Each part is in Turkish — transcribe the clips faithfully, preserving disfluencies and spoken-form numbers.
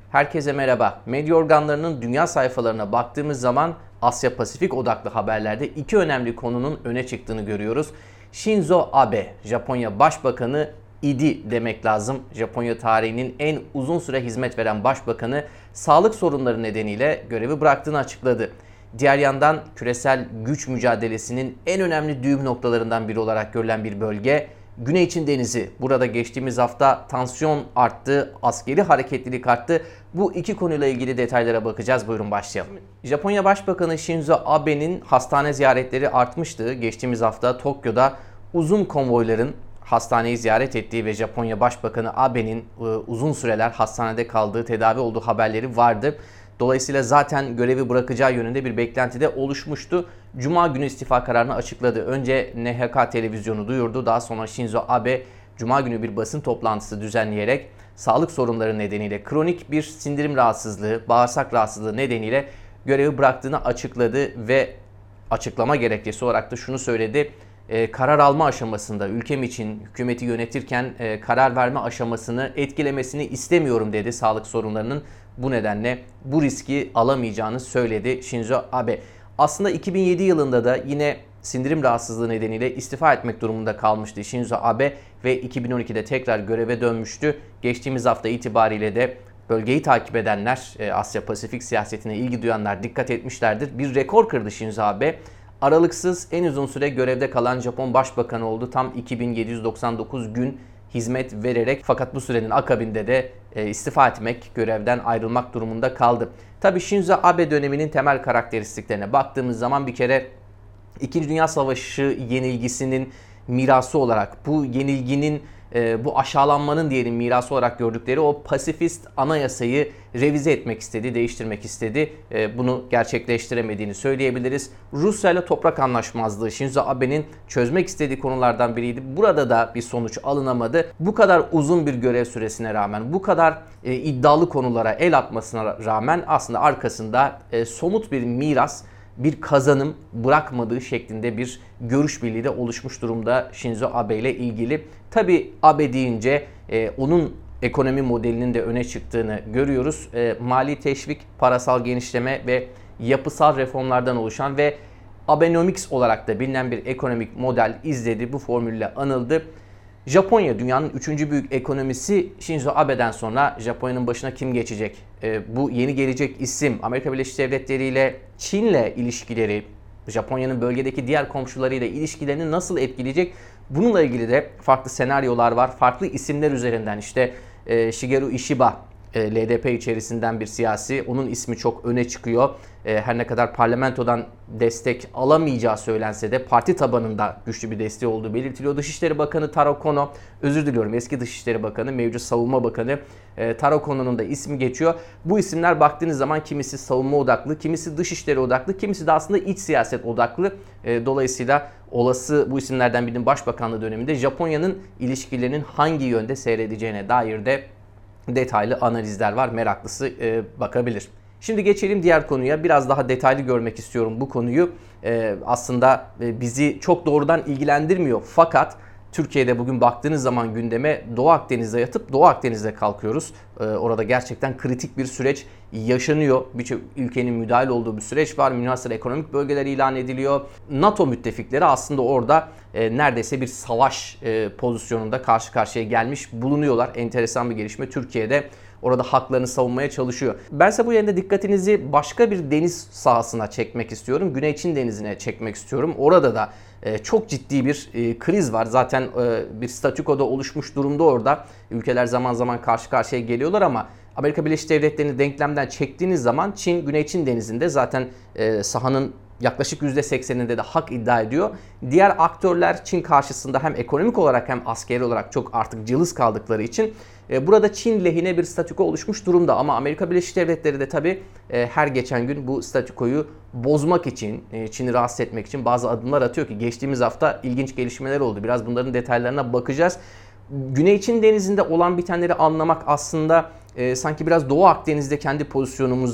Herkese merhaba. Medya organlarının dünya sayfalarına baktığımız zaman Asya Pasifik odaklı haberlerde iki önemli konunun öne çıktığını görüyoruz. Shinzo Abe, Japonya Başbakanı idi demek lazım. Japonya tarihinin en uzun süre hizmet veren başbakanı sağlık sorunları nedeniyle görevi bıraktığını açıkladı. Diğer yandan küresel güç mücadelesinin en önemli düğüm noktalarından biri olarak görülen bir bölge Güney Çin Denizi. Burada geçtiğimiz hafta tansiyon arttı, askeri hareketlilik arttı. Bu iki konuyla ilgili detaylara bakacağız. Buyurun başlayalım. Japonya Başbakanı Shinzo Abe'nin hastane ziyaretleri artmıştı. Geçtiğimiz hafta Tokyo'da uzun konvoyların hastaneyi ziyaret ettiği ve Japonya Başbakanı Abe'nin uzun süreler hastanede kaldığı, tedavi olduğu haberleri vardı. Dolayısıyla zaten görevi bırakacağı yönünde bir beklenti de oluşmuştu. Cuma günü istifa kararını açıkladı. Önce N H K televizyonu duyurdu. Daha sonra Shinzo Abe Cuma günü bir basın toplantısı düzenleyerek sağlık sorunları nedeniyle kronik bir sindirim rahatsızlığı, bağırsak rahatsızlığı nedeniyle görevi bıraktığını açıkladı ve açıklama gerekçesi olarak da şunu söyledi. E, karar alma aşamasında ülkem için hükümeti yönetirken e, karar verme aşamasını etkilemesini istemiyorum dedi sağlık sorunlarının. Bu nedenle bu riski alamayacağını söyledi Shinzo Abe. Aslında iki bin yedi yılında da yine sindirim rahatsızlığı nedeniyle istifa etmek durumunda kalmıştı Shinzo Abe ve iki bin on ikide tekrar göreve dönmüştü. Geçtiğimiz hafta itibariyle de bölgeyi takip edenler, Asya Pasifik siyasetine ilgi duyanlar dikkat etmişlerdir. Bir rekor kırdı Shinzo Abe. Aralıksız en uzun süre görevde kalan Japon Başbakanı oldu. Tam iki bin yedi yüz doksan dokuz gün hizmet vererek, fakat bu sürenin akabinde de e, istifa etmek, görevden ayrılmak durumunda kaldı. Tabii Shinzo Abe döneminin temel karakteristiklerine baktığımız zaman bir kere İkinci Dünya Savaşı yenilgisinin mirası olarak, bu yenilginin, e, bu aşağılanmanın diyelim mirası olarak gördükleri o pasifist anayasayı revize etmek istedi, değiştirmek istedi. E, bunu gerçekleştiremediğini söyleyebiliriz. Rusya ile toprak anlaşmazlığı Shinzo Abe'nin çözmek istediği konulardan biriydi. Burada da bir sonuç alınamadı. Bu kadar uzun bir görev süresine rağmen, bu kadar e, iddialı konulara el atmasına rağmen aslında arkasında e, somut bir miras, bir kazanım bırakmadığı şeklinde bir görüş birliği de oluşmuş durumda Shinzo Abe ile ilgili. Tabi Abe deyince e, onun ekonomi modelinin de öne çıktığını görüyoruz. E, mali teşvik, parasal genişleme ve yapısal reformlardan oluşan ve Abenomics olarak da bilinen bir ekonomik model izledi. Bu formülle anıldı. Japonya dünyanın üçüncü büyük ekonomisi. Shinzo Abe'den sonra Japonya'nın başına kim geçecek? E, bu yeni gelecek isim Amerika Birleşik Devletleri ile Çin'le ilişkileri, Japonya'nın bölgedeki diğer komşularıyla ilişkilerini nasıl etkileyecek? Bununla ilgili de farklı senaryolar var. Farklı isimler üzerinden işte e, Shigeru Ishiba, L D P içerisinden bir siyasi. Onun ismi çok öne çıkıyor. Her ne kadar parlamentodan destek alamayacağı söylense de parti tabanında güçlü bir desteği olduğu belirtiliyor. Dışişleri Bakanı Taro Kono, özür diliyorum eski Dışişleri Bakanı, mevcut Savunma Bakanı Taro Kono'nun da ismi geçiyor. Bu isimler baktığınız zaman kimisi savunma odaklı, kimisi dışişleri odaklı, kimisi de aslında iç siyaset odaklı. Dolayısıyla olası bu isimlerden birinin başbakanlığı döneminde Japonya'nın ilişkilerinin hangi yönde seyredeceğine dair de detaylı analizler var. Meraklısı e, bakabilir. Şimdi geçelim diğer konuya. Biraz daha detaylı görmek istiyorum bu konuyu. E, aslında e, bizi çok doğrudan ilgilendirmiyor. Fakat Türkiye'de bugün baktığınız zaman gündeme Doğu Akdeniz'de yatıp Doğu Akdeniz'de kalkıyoruz. Ee, orada gerçekten kritik bir süreç yaşanıyor. Birçok ülkenin müdahil olduğu bir süreç var. Münhasır ekonomik bölgeler ilan ediliyor. NATO müttefikleri aslında orada e, neredeyse bir savaş e, pozisyonunda karşı karşıya gelmiş bulunuyorlar. Enteresan bir gelişme. Türkiye'de orada haklarını savunmaya çalışıyor. Bense bu yönde dikkatinizi başka bir deniz sahasına çekmek istiyorum. Güney Çin Denizi'ne çekmek istiyorum. Orada da e, çok ciddi bir e, kriz var. Zaten e, bir statükoda oluşmuş durumda orada. Ülkeler zaman zaman karşı karşıya geliyorlar ama Amerika Birleşik Devletleri'ni denklemden çektiğiniz zaman Çin, Güney Çin Denizi'nde zaten e, sahanın yaklaşık yüzde sekseninde de hak iddia ediyor. Diğer aktörler Çin karşısında hem ekonomik olarak hem askeri olarak çok artık cılız kaldıkları için burada Çin lehine bir statüko oluşmuş durumda. Ama Amerika Birleşik Devletleri de tabii her geçen gün bu statükoyu bozmak için, Çin'i rahatsız etmek için bazı adımlar atıyor ki geçtiğimiz hafta ilginç gelişmeler oldu. Biraz bunların detaylarına bakacağız. Güney Çin Denizi'nde olan bitenleri anlamak aslında e, sanki biraz Doğu Akdeniz'de kendi pozisyonumuza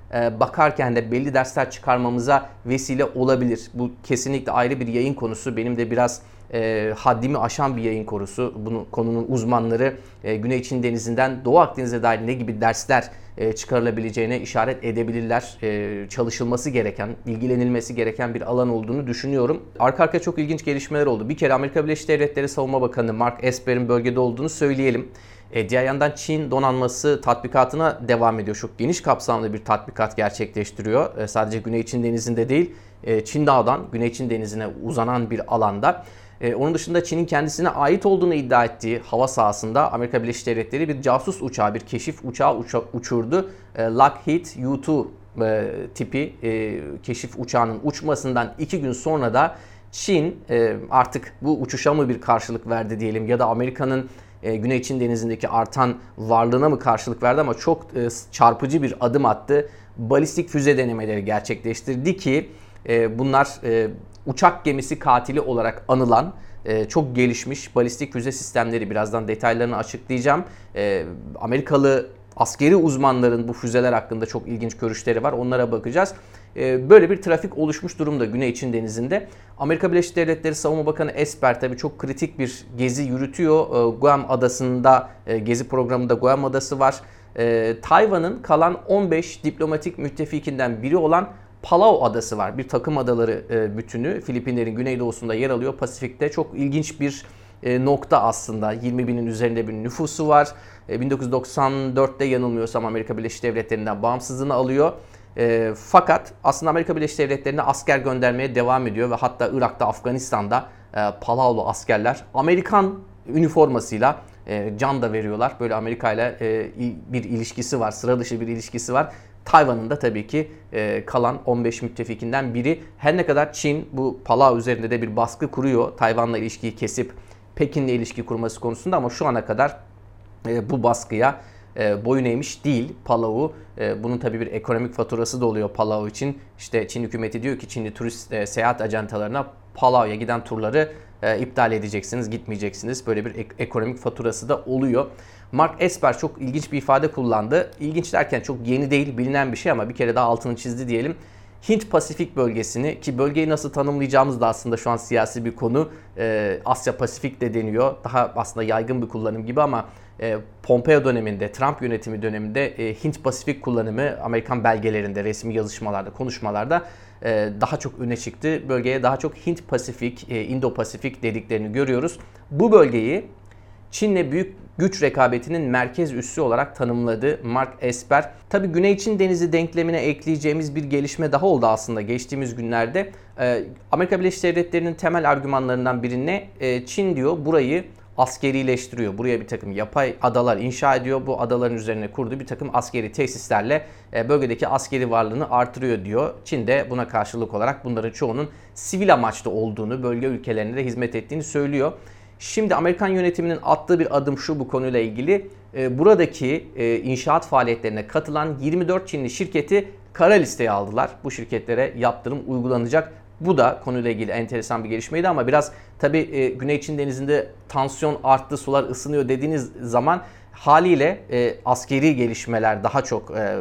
bakarken de belli dersler çıkarmamıza vesile olabilir. Bu kesinlikle ayrı bir yayın konusu. Benim de biraz e, haddimi aşan bir yayın konusu. Bunun konunun uzmanları e, Güney Çin Denizi'nden Doğu Akdeniz'e dair ne gibi dersler e, çıkarılabileceğine işaret edebilirler. E, çalışılması gereken, ilgilenilmesi gereken bir alan olduğunu düşünüyorum. Arka arkaya çok ilginç gelişmeler oldu. Bir kere Amerika Birleşik Devletleri Savunma Bakanı Mark Esper'in bölgede olduğunu söyleyelim. E, diğer yandan Çin donanması tatbikatına devam ediyor. Çok geniş kapsamlı bir tatbikat gerçekleştiriyor. E, sadece Güney Çin Denizi'nde değil, e, Çin Dağı'dan Güney Çin Denizi'ne uzanan bir alanda. E, onun dışında Çin'in kendisine ait olduğunu iddia ettiği hava sahasında Amerika Birleşik Devletleri bir casus uçağı, bir keşif uçağı uça- uçurdu. E, Lockheed U iki e, tipi e, keşif uçağının uçmasından iki gün sonra da Çin e, artık bu uçuşa mı bir karşılık verdi diyelim ya da Amerika'nın e, Güney Çin Denizi'ndeki artan varlığına mı karşılık verdi ama çok e, çarpıcı bir adım attı. Balistik füze denemeleri gerçekleştirdi ki e, bunlar e, uçak gemisi katili olarak anılan e, çok gelişmiş balistik füze sistemleri. Birazdan detaylarını açıklayacağım. E, Amerikalı askeri uzmanların bu füzeler hakkında çok ilginç görüşleri var. Onlara bakacağız. E, böyle bir trafik oluşmuş durumda Güney Çin Denizi'nde. Amerika Birleşik Devletleri Savunma Bakanı Esper tabii çok kritik bir gezi yürütüyor. E, Guam Adası'nda e, gezi programında Guam Adası var. E, Tayvan'ın kalan on beş diplomatik müttefikinden biri olan Palau Adası var. Bir takım adaları e, bütünü. Filipinlerin güneydoğusunda yer alıyor. Pasifik'te çok ilginç bir e, nokta aslında. yirmi binin üzerinde bir nüfusu var. E, bin dokuz yüz doksan dörtte yanılmıyorsam Amerika Birleşik Devletleri'nden bağımsızlığını alıyor. E, fakat aslında Amerika Birleşik Devletleri'ne asker göndermeye devam ediyor ve hatta Irak'ta, Afganistan'da e, Palau'lu askerler Amerikan üniformasıyla e, can da veriyorlar. Böyle Amerika ile e, bir ilişkisi var, sıra dışı bir ilişkisi var. Tayvan'ın da tabii ki e, kalan on beş müttefikinden biri. Her ne kadar Çin bu Palau üzerinde de bir baskı kuruyor. Tayvan'la ilişkiyi kesip Pekin'le ilişki kurması konusunda ama şu ana kadar e, bu baskıya e, boyun eğmiş değil Palau. E, bunun tabii bir ekonomik faturası da oluyor Palau için. İşte Çin hükümeti diyor ki Çinli turist e, seyahat ajantalarına Palau'ya giden turları e, iptal edeceksiniz, gitmeyeceksiniz. Böyle bir ek- ekonomik faturası da oluyor. Mark Esper çok ilginç bir ifade kullandı. İlginç derken çok yeni değil, bilinen bir şey ama bir kere daha altını çizdi diyelim. Hint-Pasifik bölgesini, ki bölgeyi nasıl tanımlayacağımız da aslında şu an siyasi bir konu. Ee, Asya-Pasifik de deniyor. Daha aslında yaygın bir kullanım gibi ama e, Pompeo döneminde, Trump yönetimi döneminde e, Hint-Pasifik kullanımı Amerikan belgelerinde, resmi yazışmalarda, konuşmalarda e, daha çok öne çıktı. Bölgeye daha çok Hint-Pasifik, e, Indo-Pasifik dediklerini görüyoruz. Bu bölgeyi Çin'le büyük güç rekabetinin merkez üssü olarak tanımladı Mark Esper. Tabii Güney Çin Denizi denklemine ekleyeceğimiz bir gelişme daha oldu aslında geçtiğimiz günlerde. Ee, Amerika Birleşik Devletleri'nin temel argümanlarından biri ne? Ee, Çin diyor burayı askerileştiriyor. Buraya bir takım yapay adalar inşa ediyor. Bu adaların üzerine kurduğu bir takım askeri tesislerle e, bölgedeki askeri varlığını artırıyor diyor. Çin de buna karşılık olarak bunların çoğunun sivil amaçlı olduğunu, bölge ülkelerine de hizmet ettiğini söylüyor. Şimdi Amerikan yönetiminin attığı bir adım şu bu konuyla ilgili. E, buradaki e, inşaat faaliyetlerine katılan yirmi dört Çinli şirketi kara listeye aldılar. Bu şirketlere yaptırım uygulanacak. Bu da konuyla ilgili enteresan bir gelişmeydi ama biraz tabii e, Güney Çin Denizi'nde tansiyon arttı, sular ısınıyor dediğiniz zaman haliyle e, askeri gelişmeler daha çok e,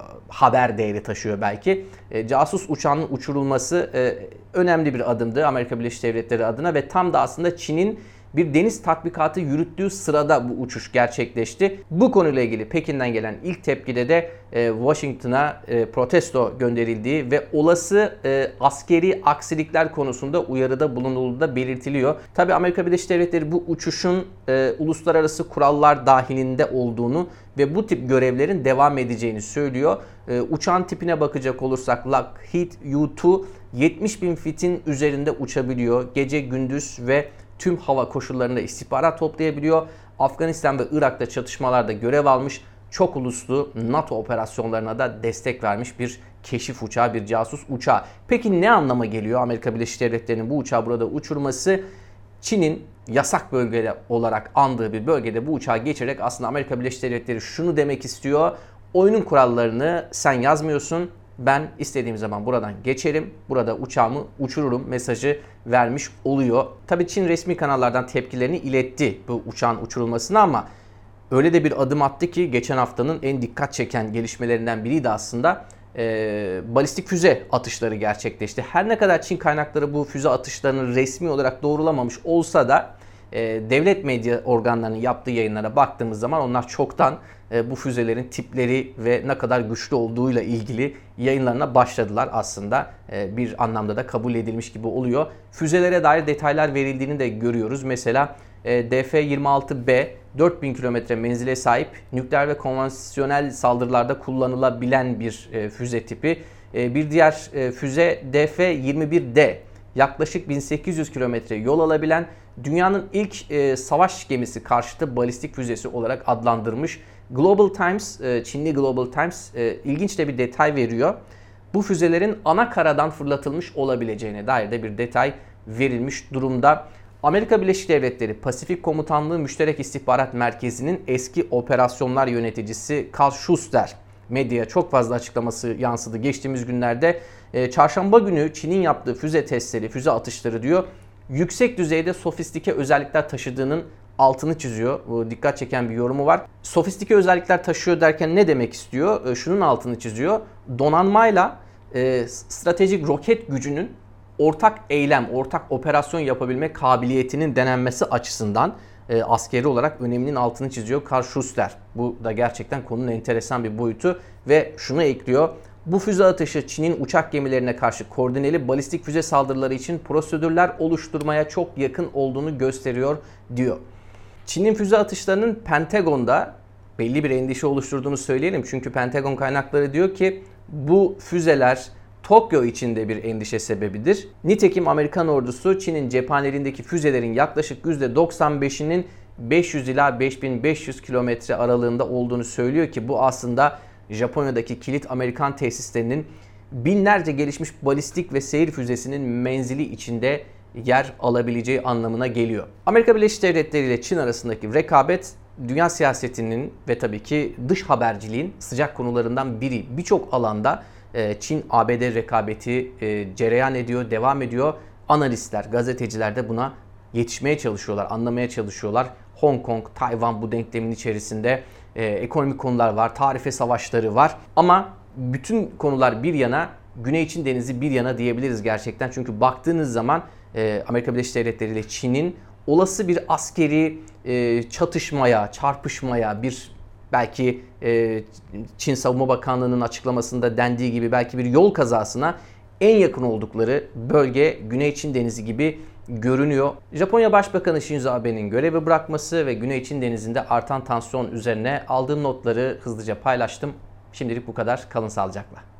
haber değeri taşıyor belki. E, casus uçağının uçurulması e, önemli bir adımdı Amerika Birleşik Devletleri adına ve tam da aslında Çin'in bir deniz tatbikatı yürüttüğü sırada bu uçuş gerçekleşti. Bu konuyla ilgili Pekin'den gelen ilk tepkide de e, Washington'a e, protesto gönderildiği ve olası e, askeri aksilikler konusunda uyarıda bulunulduğu da belirtiliyor. Tabii Amerika Birleşik Devletleri bu uçuşun e, uluslararası kurallar dahilinde olduğunu ve bu tip görevlerin devam edeceğini söylüyor. E, uçağın tipine bakacak olursak Lockheed U iki yetmiş bin fitin üzerinde uçabiliyor. Gece, gündüz ve tüm hava koşullarında istihbarat toplayabiliyor. Afganistan ve Irak'ta çatışmalarda görev almış, çok uluslu NATO operasyonlarına da destek vermiş bir keşif uçağı, bir casus uçağı. Peki ne anlama geliyor Amerika Birleşik Devletleri'nin bu uçağı burada uçurması? Çin'in yasak bölge olarak andığı bir bölgede bu uçağı geçirerek aslında Amerika Birleşik Devletleri şunu demek istiyor. Oyunun kurallarını sen yazmıyorsun. Ben istediğim zaman buradan geçerim, burada uçağımı uçururum mesajı vermiş oluyor. Tabii Çin resmi kanallardan tepkilerini iletti bu uçağın uçurulmasına ama öyle de bir adım attı ki geçen haftanın en dikkat çeken gelişmelerinden biriydi aslında. e, balistik füze atışları gerçekleşti. Her ne kadar Çin kaynakları bu füze atışlarını resmi olarak doğrulamamış olsa da e, devlet medya organlarının yaptığı yayınlara baktığımız zaman onlar çoktan e, bu füzelerin tipleri ve ne kadar güçlü olduğuyla ilgili yayınlarına başladılar aslında. E, bir anlamda da kabul edilmiş gibi oluyor. Füzelere dair detaylar verildiğini de görüyoruz. Mesela e, D F yirmi altı B dört bin kilometre menzile sahip, nükleer ve konvansiyonel saldırılarda kullanılabilen bir e, füze tipi. E, bir diğer e, füze D F yirmi bir D, yaklaşık bin sekiz yüz kilometre yol alabilen, dünyanın ilk e, savaş gemisi karşıtı balistik füzesi olarak adlandırmış. Global Times, e, Çinli Global Times e, ilginç de bir detay veriyor. Bu füzelerin ana karadan fırlatılmış olabileceğine dair de bir detay verilmiş durumda. Amerika Birleşik Devletleri Pasifik Komutanlığı Müşterek İstihbarat Merkezi'nin eski operasyonlar yöneticisi Carl Schuster medyaya çok fazla açıklaması yansıdı geçtiğimiz günlerde. E, çarşamba günü Çin'in yaptığı füze testleri, füze atışları diyor, yüksek düzeyde sofistike özellikler taşıdığının altını çiziyor. Bu dikkat çeken bir yorumu var. Sofistike özellikler taşıyor derken ne demek istiyor? E, şunun altını çiziyor. Donanmayla e, stratejik roket gücünün ortak eylem, ortak operasyon yapabilme kabiliyetinin denenmesi açısından e, askeri olarak öneminin altını çiziyor Carl Schuster. Bu da gerçekten konunun enteresan bir boyutu ve şunu ekliyor. Bu füze atışı Çin'in uçak gemilerine karşı koordineli balistik füze saldırıları için prosedürler oluşturmaya çok yakın olduğunu gösteriyor diyor. Çin'in füze atışlarının Pentagon'da belli bir endişe oluşturduğunu söyleyelim. Çünkü Pentagon kaynakları diyor ki bu füzeler Tokyo içinde bir endişe sebebidir. Nitekim Amerikan ordusu Çin'in cephanelerindeki füzelerin yaklaşık yüzde doksan beşinin beş yüz ila beş bin beş yüz kilometre aralığında olduğunu söylüyor ki bu aslında Japonya'daki kilit Amerikan tesislerinin binlerce gelişmiş balistik ve seyir füzesinin menzili içinde yer alabileceği anlamına geliyor. Amerika Birleşik Devletleri ile Çin arasındaki rekabet dünya siyasetinin ve tabii ki dış haberciliğin sıcak konularından biri. Birçok alanda Çin A B D rekabeti cereyan ediyor, devam ediyor. Analistler, gazeteciler de buna yetişmeye çalışıyorlar, anlamaya çalışıyorlar. Hong Kong, Tayvan bu denklemin içerisinde, e, ekonomik konular var, tarife savaşları var. Ama bütün konular bir yana, Güney Çin Denizi bir yana diyebiliriz gerçekten. Çünkü baktığınız zaman e, Amerika Birleşik Devletleri ile Çin'in olası bir askeri e, çatışmaya, çarpışmaya, bir belki e, Çin Savunma Bakanlığı'nın açıklamasında dendiği gibi belki bir yol kazasına en yakın oldukları bölge Güney Çin Denizi gibi görünüyor. Japonya Başbakanı Shinzo Abe'nin görevi bırakması ve Güney Çin Denizi'nde artan tansiyon üzerine aldığım notları hızlıca paylaştım. Şimdilik bu kadar. Kalın sağlıcakla.